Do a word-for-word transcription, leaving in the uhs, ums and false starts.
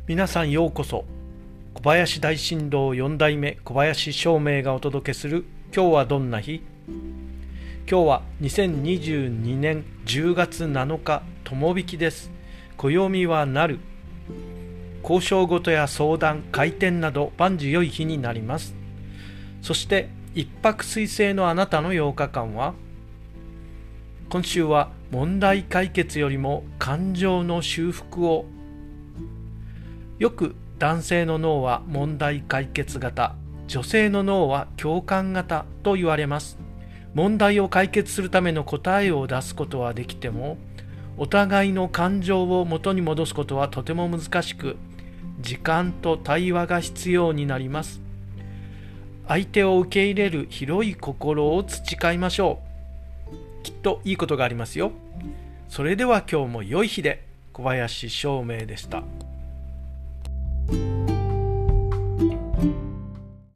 皆さんようこそ。小林大震動よん代目小林照明がお届けする今日はどんな日。今日はにせんにじゅうにねんじゅうがつなのか、友引です。暦はなる。交渉事や相談、開店など万事良い日になります。そして一泊水星のあなたのようかかんは、今週は問題解決よりも感情の修復を。よく男性の脳は問題解決型、女性の脳は共感型と言われます。問題を解決するための答えを出すことはできても、お互いの感情を元に戻すことはとても難しく、時間と対話が必要になります。相手を受け入れる広い心を培いましょう。きっといいことがありますよ。それでは今日も良い日で。小林照明でした。